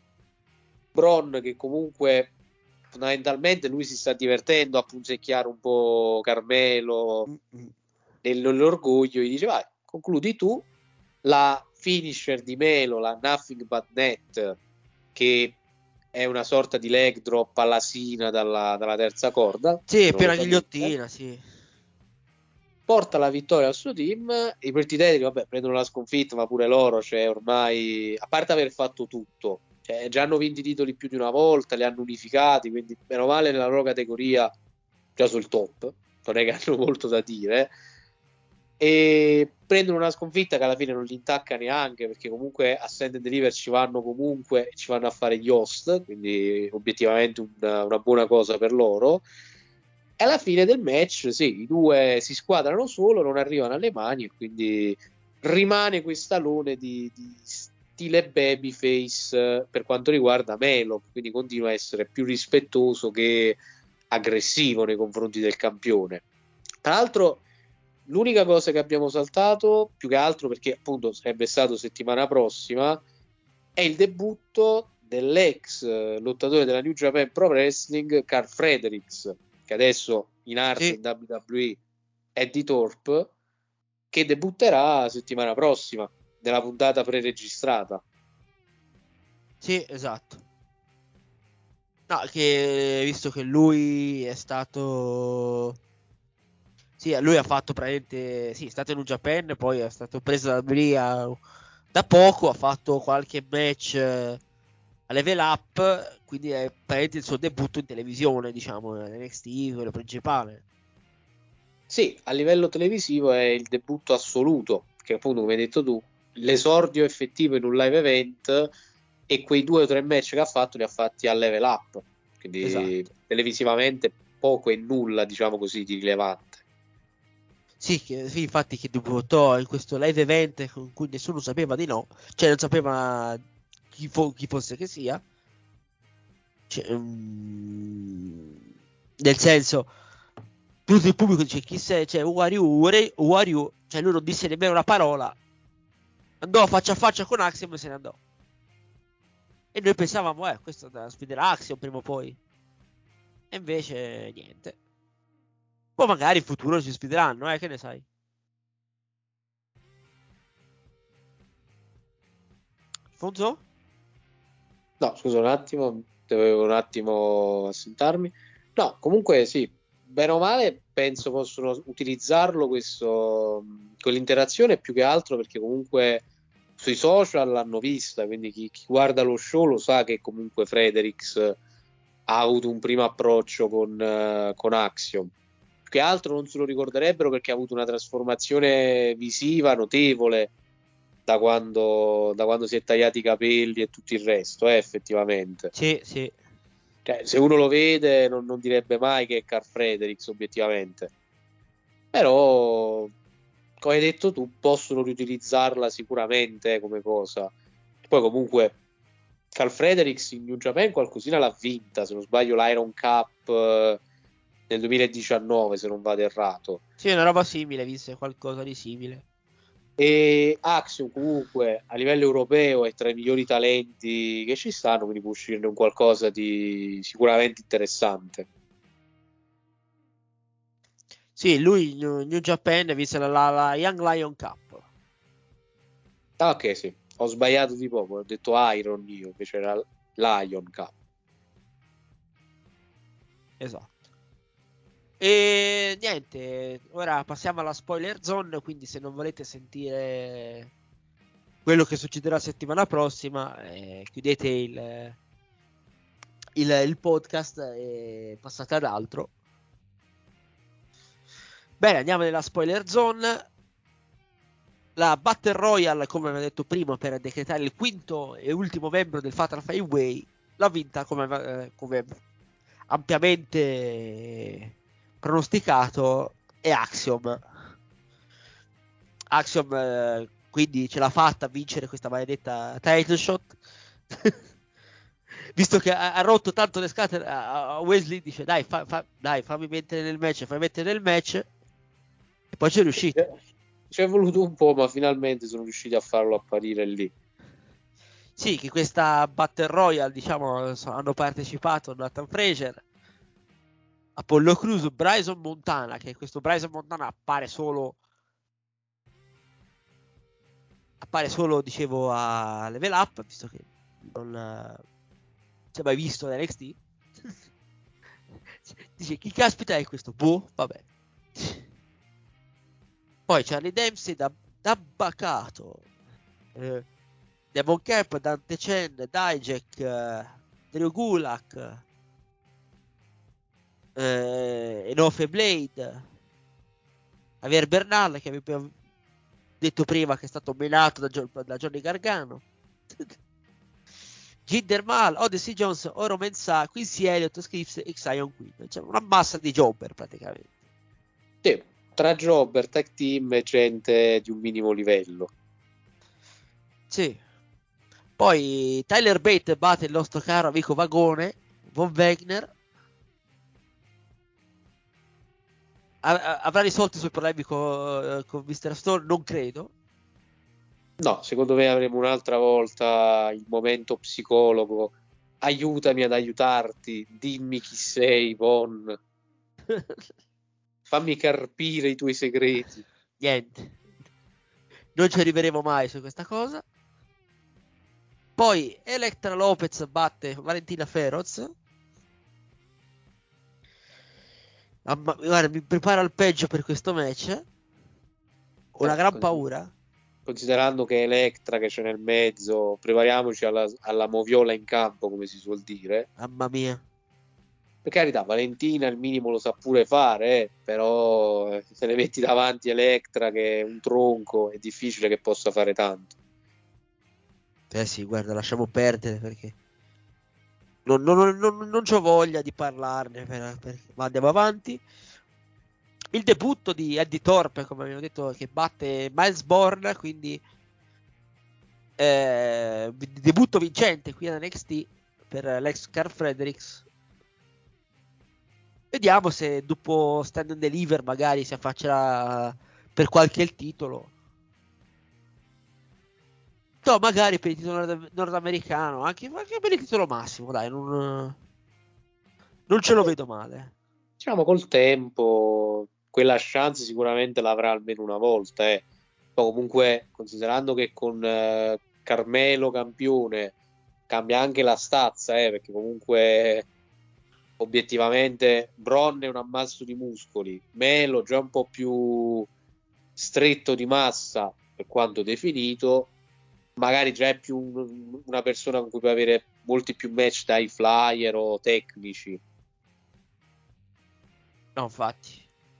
Bron che comunque fondamentalmente lui si sta divertendo a punzecchiare un po' Carmelo nell'orgoglio, gli dice vai, concludi tu. La finisher di Melo, la Nothing But Net, che è una sorta di leg drop alla Sina dalla terza corda, sì, per la ghigliottina, sì, porta la vittoria al suo team. I Pretty Deadly vabbè prendono la sconfitta, ma pure loro, cioè ormai, a parte aver fatto tutto, cioè già hanno vinto i titoli più di una volta, li hanno unificati, quindi meno male nella loro categoria già sul top, non è che hanno molto da dire, e prendono una sconfitta che alla fine non li intacca neanche, perché comunque a Stand and Deliver ci vanno a fare gli host, quindi obiettivamente una buona cosa per loro. E alla fine del match sì, i due si squadrano solo, non arrivano alle mani, e quindi rimane quest'alone di stile babyface per quanto riguarda Melo, quindi continua a essere più rispettoso che aggressivo nei confronti del campione. Tra l'altro l'unica cosa che abbiamo saltato, più che altro perché appunto sarebbe stato settimana prossima, è il debutto dell'ex lottatore della New Japan Pro Wrestling Carl Fredericks, che adesso in arte in WWE è di Torp, che debutterà settimana prossima nella puntata pre-registrata. Sì, esatto. No, che visto che lui è stato... Sì, lui ha fatto praticamente... Sì, è stato in New Japan, poi è stato preso da WWE da poco, ha fatto qualche match a Level Up, quindi è praticamente il suo debutto in televisione, diciamo, NXT, quello principale. Sì, a livello televisivo è il debutto assoluto, che appunto, come hai detto tu, l'esordio effettivo in un live event, e quei 2 o 3 match che ha fatto li ha fatti a Level Up, quindi Esatto. televisivamente poco e nulla, diciamo così, di rilevante. Sì, sì, infatti che debuttò in questo live event con cui nessuno sapeva di no, cioè non sapeva chi fosse che sia, cioè, nel senso, tutto il pubblico dice chi sei, cioè who are you, cioè lui non disse nemmeno una parola, andò faccia a faccia con Axiom e se ne andò. E noi pensavamo, questo sfiderà Axiom prima o poi, e invece niente. Poi magari in futuro ci sfideranno, che ne sai. Fonzo? No, scusa un attimo, dovevo un attimo assentarmi. No, comunque sì, bene o male penso possono utilizzarlo quell'interazione più che altro perché comunque sui social l'hanno vista, quindi chi guarda lo show lo sa che comunque Fredericks ha avuto un primo approccio con Axiom. Più che altro non se lo ricorderebbero perché ha avuto una trasformazione visiva notevole da quando si è tagliati i capelli e tutto il resto, effettivamente. Sì, sì. Cioè, se uno lo vede non direbbe mai che è Carl Fredericks obiettivamente, però come hai detto tu possono riutilizzarla sicuramente come cosa. Poi comunque Carl Fredericks in New Japan qualcosina l'ha vinta, se non sbaglio l'Iron Cup nel 2019, se non vado errato. Sì, una roba simile, visse qualcosa di simile. E Axiom comunque a livello europeo è tra i migliori talenti che ci stanno, quindi può uscirne un qualcosa di sicuramente interessante. Sì, lui in New Japan vinse la Young Lion Cup. Ah, ok, sì, ho sbagliato di poco, ho detto Iron io, invece era Lion Cup. Esatto. E niente, ora passiamo alla spoiler zone, quindi se non volete sentire quello che succederà settimana prossima, chiudete il podcast e passate ad altro. Bene, andiamo nella spoiler zone. La Battle Royale, come avevo detto prima, per decretare il quinto e ultimo membro del Fatal 5-Way, l'ha vinta come ampiamente pronosticato è Axiom. Axiom quindi ce l'ha fatta a vincere questa maledetta title shot. Visto che ha rotto tanto le scatole a Wesley, dice dai fammi mettere nel match, e poi ci è riuscito. Ci è voluto un po', ma finalmente sono riusciti a farlo apparire lì. Sì, che questa Battle Royale, diciamo, hanno partecipato Nathan Frazier, Apollo Crews, Bryson Montana, che questo Bryson Montana appare solo, dicevo, a Level Up, visto che non si è mai visto da NXT. Dice, chi caspita è questo? Boh, vabbè. Poi Charlie Dempsey, Dabbacato, Devon Camp, Dante Chen, Dijak, Drew Gulak, Enofe Blade, Javier Bernal, che abbiamo detto prima che è stato menato da Johnny Gargano, Jinder Mahal, Odyssey Jones, Oro Mensah, Quincy Elliott, Scripps e Xion Queen. Cioè una massa di jobber praticamente. Sì, tra jobber, tag team e gente di un minimo livello. Sì. Poi Tyler Bate batte il nostro caro amico Vagone, Von Wagner. Avrà risolto i suoi problemi con Mr. Stone? Non credo. No, secondo me avremo un'altra volta il momento psicologo. Aiutami ad aiutarti, dimmi chi sei, Von. Fammi carpire i tuoi segreti. Niente. Non ci arriveremo mai su questa cosa. Poi Electra Lopez batte Valentina Feroz. Guarda, mi preparo al peggio per questo match. Ho una gran paura. Considerando che Electra che c'è nel mezzo, prepariamoci alla moviola in campo, come si suol dire. Mamma mia. Per carità, Valentina il minimo lo sa pure fare, però se le metti davanti Electra che è un tronco è difficile che possa fare tanto. Sì, guarda, lasciamo perdere perché non c'ho voglia di parlarne, ma andiamo avanti. Il debutto di Eddie Thorpe, come abbiamo detto, che batte Miles Bourne, quindi debutto vincente qui ad NXT per l'ex Carl Fredericks. Vediamo se dopo Stand and Deliver magari si affaccerà per qualche il titolo. No, magari per il titolo nordamericano, anche per il titolo massimo, dai, non ce lo vedo male. Diciamo col tempo quella chance sicuramente l'avrà almeno una volta. Poi comunque, considerando che con Carmelo campione cambia anche la stazza, perché comunque obiettivamente Bron è un ammasso di muscoli, Melo già un po' più stretto di massa per quanto definito, magari già è più una persona con cui puoi avere molti più match dai flyer o tecnici. No, infatti.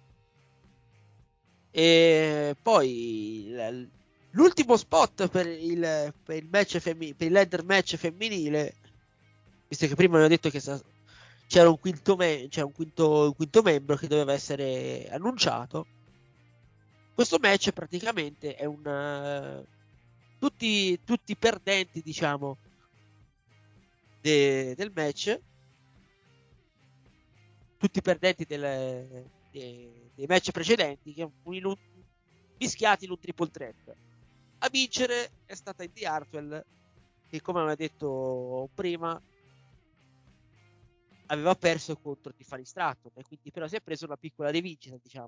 E poi l'ultimo spot per il match per il ladder match femminile, visto che prima avevo detto che c'era un quinto membro che doveva essere annunciato. Questo match praticamente è tutti perdenti, diciamo, del match, tutti perdenti dei match precedenti, che mischiati in un triple threat. A vincere è stata Indy Hartwell, che come aveva detto prima aveva perso contro Tiffany Stratton, e quindi però si è preso una piccola rivincita, diciamo.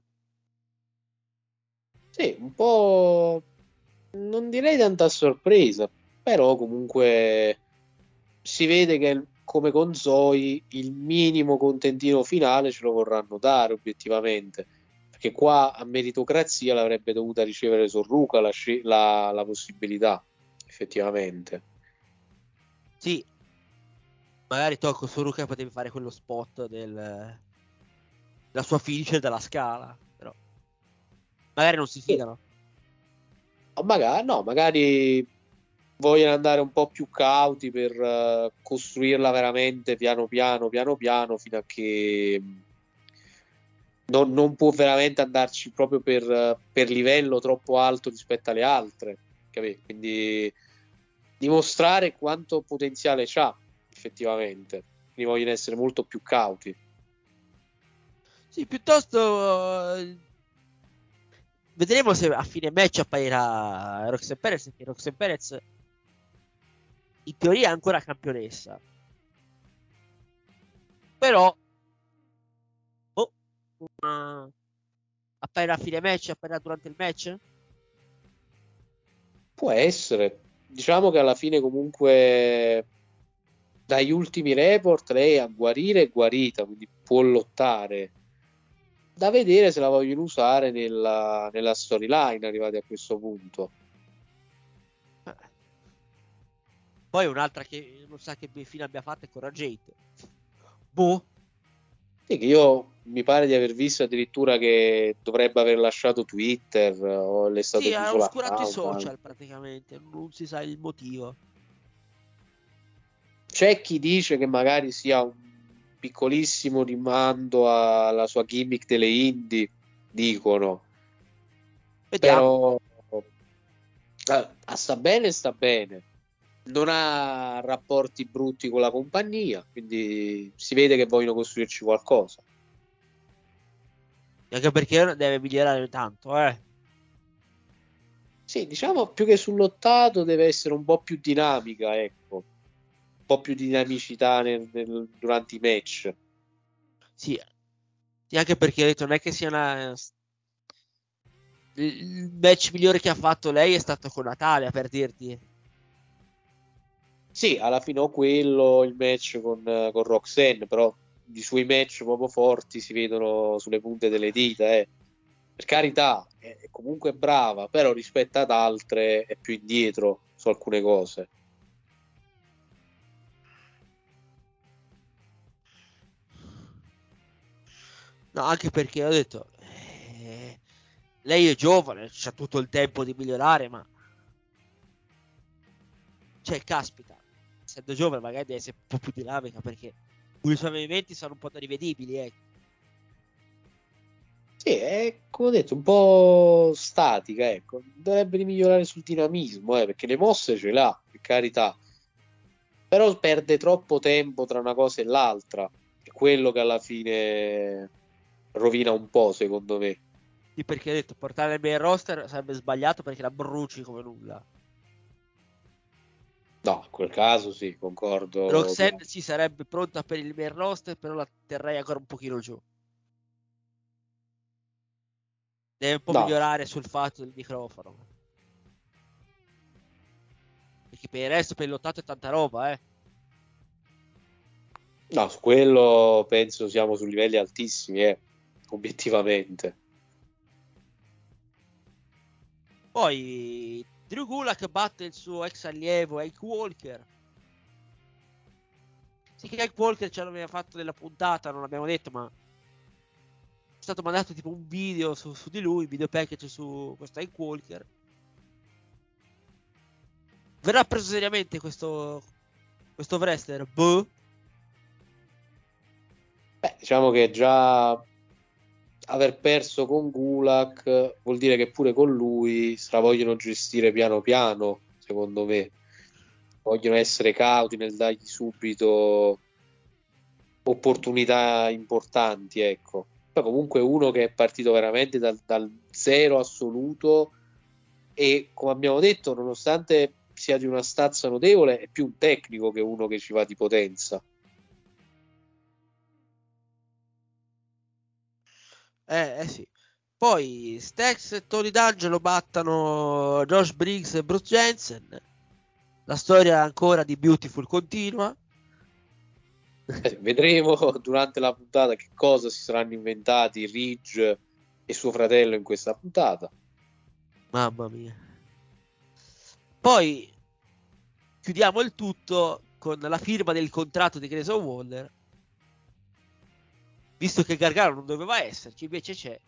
Sì, un po', non direi tanta sorpresa, però comunque si vede che come con Zoe il minimo contentino finale ce lo vorranno dare obiettivamente, perché qua a meritocrazia l'avrebbe dovuta ricevere Sorruca la possibilità, effettivamente. Sì, magari tocco Sorruca potevi fare quello spot la sua finisher dalla scala, però magari non si fidano. Magari vogliono andare un po' più cauti per costruirla veramente piano piano fino a che non può veramente andarci proprio per livello troppo alto rispetto alle altre, capito? Quindi dimostrare quanto potenziale c'ha effettivamente, quindi vogliono essere molto più cauti. Sì, piuttosto vedremo se a fine match apparirà Roxanne Perez, perché Roxanne Perez in teoria è ancora campionessa, però apparirà a fine match, apparirà durante il match? Può essere, diciamo che alla fine comunque dagli ultimi report lei a guarire è guarita, quindi può lottare. Da vedere se la vogliono usare nella storyline arrivati a questo punto. Poi un'altra che non sa che fine abbia fatto è Cora Jade. Boh. Sì, che io mi pare di aver visto addirittura che dovrebbe aver lasciato Twitter o le è stato chiuso l'account. Ha oscurato i social praticamente, non si sa il motivo. C'è chi dice che magari sia un piccolissimo rimando alla sua gimmick delle indie, dicono. Vediamo. Però sta bene, non ha rapporti brutti con la compagnia, quindi si vede che vogliono costruirci qualcosa, anche perché deve migliorare tanto, Sì, diciamo più che sullottato deve essere un po' più dinamica, ecco, un po' più dinamicità durante i match. Sì, anche perché ho detto non è che sia il match migliore che ha fatto lei è stato con Natalia, per dirti. Sì, alla fine ho quello, il match con Roxanne, però i suoi match proprio forti si vedono sulle punte delle dita, Per carità, è comunque brava, però rispetto ad altre è più indietro su alcune cose. No, anche perché ho detto, lei è giovane, c'ha tutto il tempo di migliorare, ma cioè, caspita, essendo giovane magari deve essere un po' più dinamica, perché i suoi movimenti sono un po' rivedibili, ecco. Sì, è come ho detto, un po' statica, ecco. Dovrebbe migliorare sul dinamismo, perché le mosse ce l'ha, per carità. Però perde troppo tempo tra una cosa e l'altra. È quello che alla fine rovina un po', secondo me. Sì, perché ho detto, portare nel main roster sarebbe sbagliato perché la bruci come nulla. No, in quel caso sì, concordo. Roxanne sì, sarebbe pronta per il main roster, però la terrei ancora un pochino giù. Deve un po' migliorare sul fatto del microfono. Perché per il resto, per l'80 è tanta roba, No, su quello penso siamo su livelli altissimi, obiettivamente. Poi Drew Gulak batte il suo ex allievo Hank Walker. Sì, che Hank Walker ce l'aveva fatto nella puntata, non l'abbiamo detto, ma è stato mandato tipo un video su di lui, un video package su questo Hank Walker. Verrà preso seriamente questo wrestler? Boh. Diciamo che già aver perso con Gulak vuol dire che pure con lui se la vogliono gestire piano piano, secondo me. Vogliono essere cauti nel dargli subito opportunità importanti, ecco. Poi comunque uno che è partito veramente dal zero assoluto e, come abbiamo detto, nonostante sia di una stazza notevole, è più un tecnico che uno che ci va di potenza. Sì. Poi Stax e Tony D'Angelo battano Josh Briggs e Bruce Jensen. La storia ancora di Beautiful continua. Vedremo durante la puntata che cosa si saranno inventati Ridge e suo fratello in questa puntata. Mamma mia. Poi chiudiamo il tutto con la firma del contratto di Grayson Waller. Visto che Gargano non doveva esserci, invece c'è.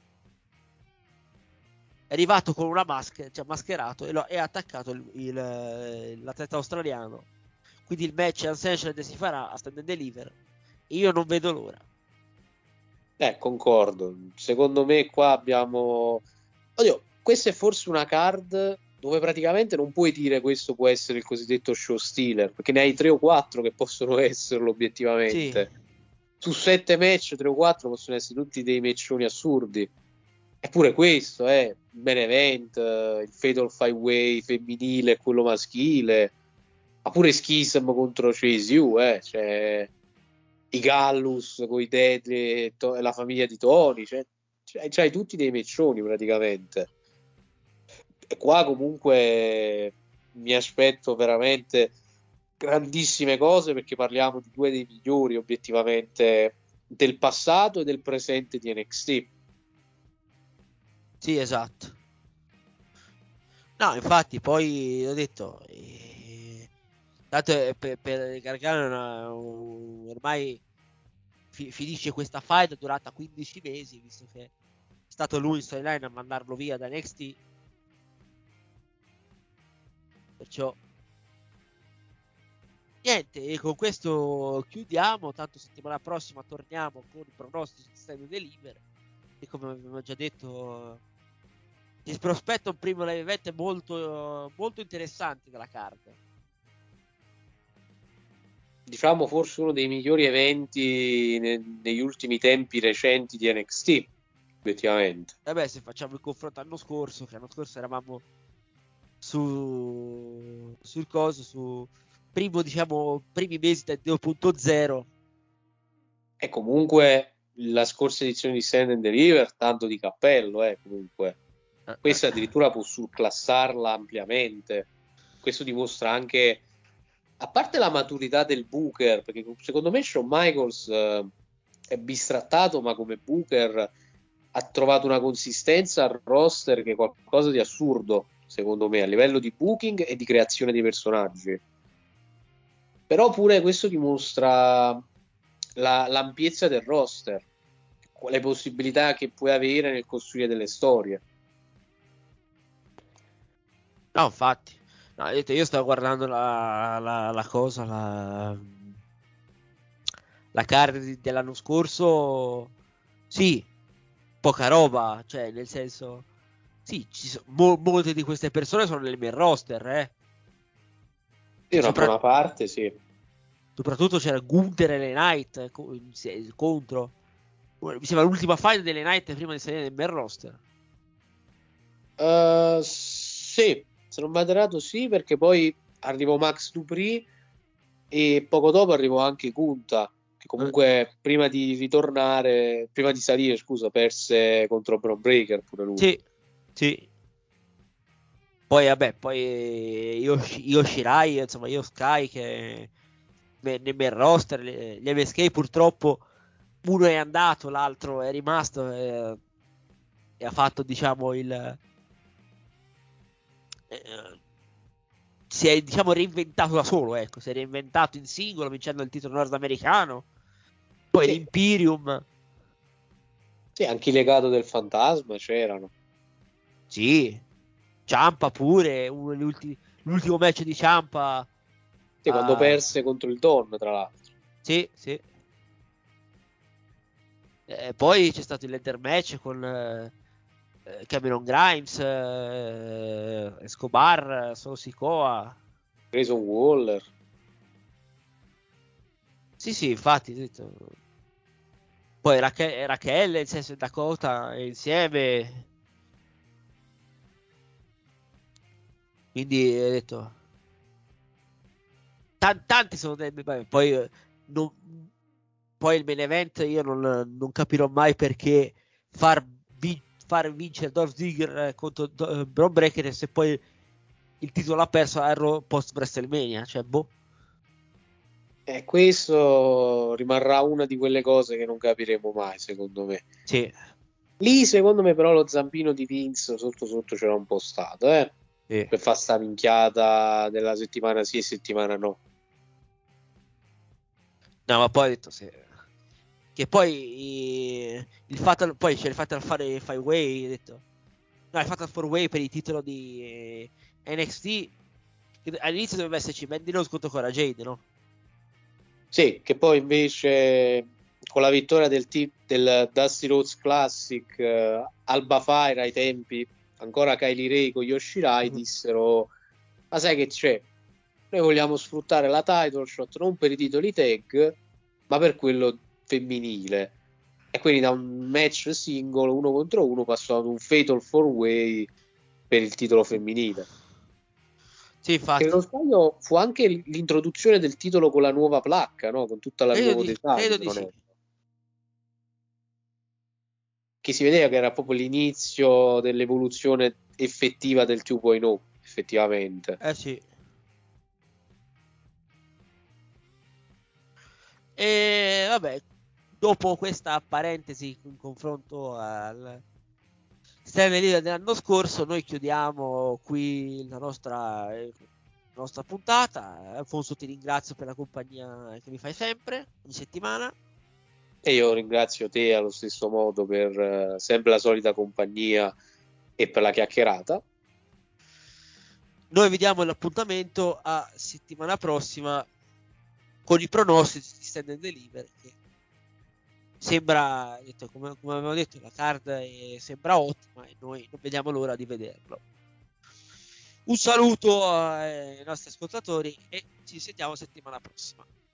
È arrivato con una maschera, cioè mascherato, e ha attaccato l'atleta australiano. Quindi il match Uncensored si farà a Stand and Deliver. E io non vedo l'ora. Concordo. Secondo me qua abbiamo... Oddio, questa è forse una card dove praticamente non puoi dire questo può essere il cosiddetto show stealer, perché ne hai 3 o 4 che possono esserlo obiettivamente. Sì. Su 7 match 3 o 4 possono essere tutti dei matchoni assurdi. Eppure questo è il main event, il Fatal 5-Way femminile e quello maschile, ma pure Schism contro Chase U, cioè i Gallus con i Deadly e la famiglia di Tony, c'hai tutti dei matchoni praticamente. E qua comunque mi aspetto veramente grandissime cose, perché parliamo di due dei migliori obiettivamente del passato e del presente di NXT. Sì, esatto. No, infatti poi ho detto tanto per Gargano ormai finisce questa fight durata 15 mesi, visto che è stato lui in storyline a mandarlo via da NXT. Perciò niente, e con questo chiudiamo. Tanto settimana prossima torniamo con i pronostici di Stand and Deliver, e come abbiamo già detto si prospetta un primo live event molto, molto interessante della carta. Diciamo forse uno dei migliori eventi negli ultimi tempi recenti di NXT, effettivamente. Se facciamo il confronto l'anno scorso eravamo sul coso, su primi mesi del 2.0. E comunque la scorsa edizione di Stand and Deliver, tanto di cappello, comunque. Questa addirittura può surclassarla ampiamente. Questo dimostra anche, a parte la maturità del Booker, perché secondo me Shawn Michaels è bistrattato, ma come Booker ha trovato una consistenza al roster che è qualcosa di assurdo, secondo me, a livello di booking e di creazione dei personaggi. Però pure questo dimostra l'ampiezza del roster. le possibilità che puoi avere nel costruire delle storie. No, infatti. No, io stavo guardando la cosa, la card dell'anno scorso. Sì, poca roba, cioè nel senso, sì, molte di queste persone sono nel main roster, Una buona parte, sì. Soprattutto c'era Gunther e le Knight contro. Mi sembra l'ultima fight delle Knight prima di salire nel main roster. Sì, se non vado errato sì, perché poi arrivò Max Dupri e poco dopo arrivò anche Gunta, che comunque prima di salire, scusa, perse contro Bron Breakker pure lui. Sì. Poi vabbè, Io Shirai, insomma, Io Sky che nel main roster, gli MSK purtroppo uno è andato, l'altro è rimasto e ha fatto, diciamo, si è, diciamo, reinventato da solo, ecco, si è reinventato in singolo vincendo il titolo nordamericano, poi sì. l'Imperium. Sì, anche i legato del fantasma c'erano. Sì, Ciampa pure, l'ultimo match di Ciampa. Sì, quando perse contro il Don, tra l'altro. Sì. Poi c'è stato il ladder match con Cameron Grimes, Escobar, Solo Sikoa, Grayson Waller. Sì, infatti. Detto. Poi Raquel, nel senso Dakota insieme. Quindi ho detto tanti sono poi il main event io non capirò mai perché far vincere Dolph Ziggler contro Bron Breakker se poi il titolo ha perso a post WrestleMania, cioè Questo rimarrà una di quelle cose che non capiremo mai, secondo me. Sì. Lì secondo me però lo zampino di Vince sotto c'era un po' stato, Sì. Per far sta minchiata della settimana sì e settimana no. No, ma poi ho detto che poi il fatto poi c'è il fatto di fare il 5-way, ho detto no, il fatto del 4-way per il titolo di NXT che all'inizio doveva esserci Mandy Rose contro Cora Jade, no? Sì, che poi invece con la vittoria del Dusty Rhodes Classic Alba Fire ai tempi, ancora Kylie Ray con Yoshirai dissero ma sai che c'è? Noi vogliamo sfruttare la title shot non per i titoli tag ma per quello femminile, e quindi da un match singolo 1 contro 1 passò ad un Fatal 4-way per il titolo femminile. Sì, infatti. Che non sbaglio fu anche l'introduzione del titolo con la nuova placca, no? Con tutta la nuova design, sì. Che si vedeva che era proprio l'inizio dell'evoluzione effettiva del 2.0, effettivamente. Sì. E vabbè, dopo questa parentesi in confronto al Stand Leader dell'anno scorso, noi chiudiamo qui la nostra puntata. Alfonso, ti ringrazio per la compagnia che mi fai sempre, ogni settimana. E io ringrazio te allo stesso modo per sempre la solita compagnia e per la chiacchierata. Noi vi diamo l'appuntamento a settimana prossima con i pronostici di Stand and Deliver, che sembra, come abbiamo detto, la card sembra ottima e noi non vediamo l'ora di vederlo. Un saluto ai nostri ascoltatori e ci sentiamo settimana prossima.